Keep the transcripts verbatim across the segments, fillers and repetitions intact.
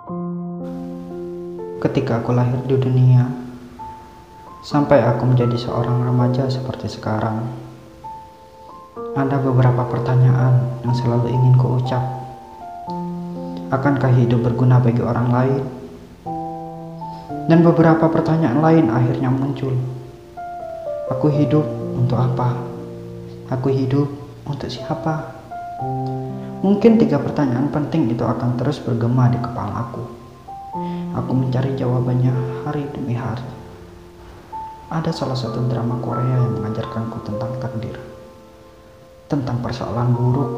Ketika aku lahir di dunia, sampai aku menjadi seorang remaja seperti sekarang, ada beberapa pertanyaan yang selalu ingin kuucap. Akankah hidup berguna bagi orang lain? Dan beberapa pertanyaan lain akhirnya muncul. Aku hidup untuk apa? Aku hidup untuk siapa? Mungkin tiga pertanyaan penting itu akan terus bergema di kepalaku. Aku mencari jawabannya hari demi hari. Ada salah satu drama Korea yang mengajarkanku tentang takdir, tentang persoalan buruk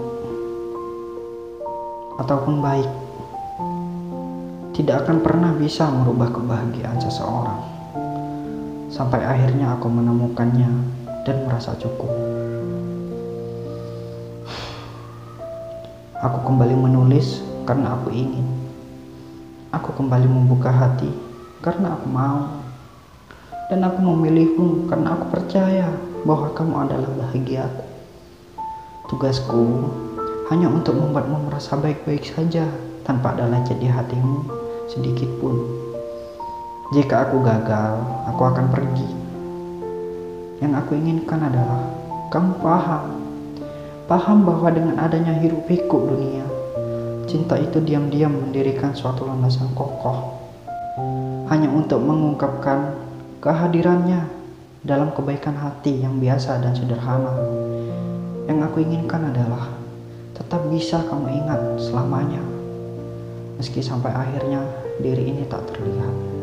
ataupun baik tidak akan pernah bisa merubah kebahagiaan seseorang. Sampai akhirnya aku menemukannya dan merasa cukup. Aku kembali menulis karena aku ingin. Aku kembali membuka hati karena aku mau. Dan aku memilihmu karena aku percaya bahwa kamu adalah bahagiaku. Tugasku hanya untuk membuatmu merasa baik-baik saja tanpa ada lecet di hatimu sedikit pun. Jika aku gagal, aku akan pergi. Yang aku inginkan adalah kamu paham. Paham bahwa dengan adanya hiruk pikuk dunia, cinta itu diam-diam mendirikan suatu landasan kokoh. Hanya untuk mengungkapkan kehadirannya dalam kebaikan hati yang biasa dan sederhana. Yang aku inginkan adalah tetap bisa kamu ingat selamanya, meski sampai akhirnya diri ini tak terlihat.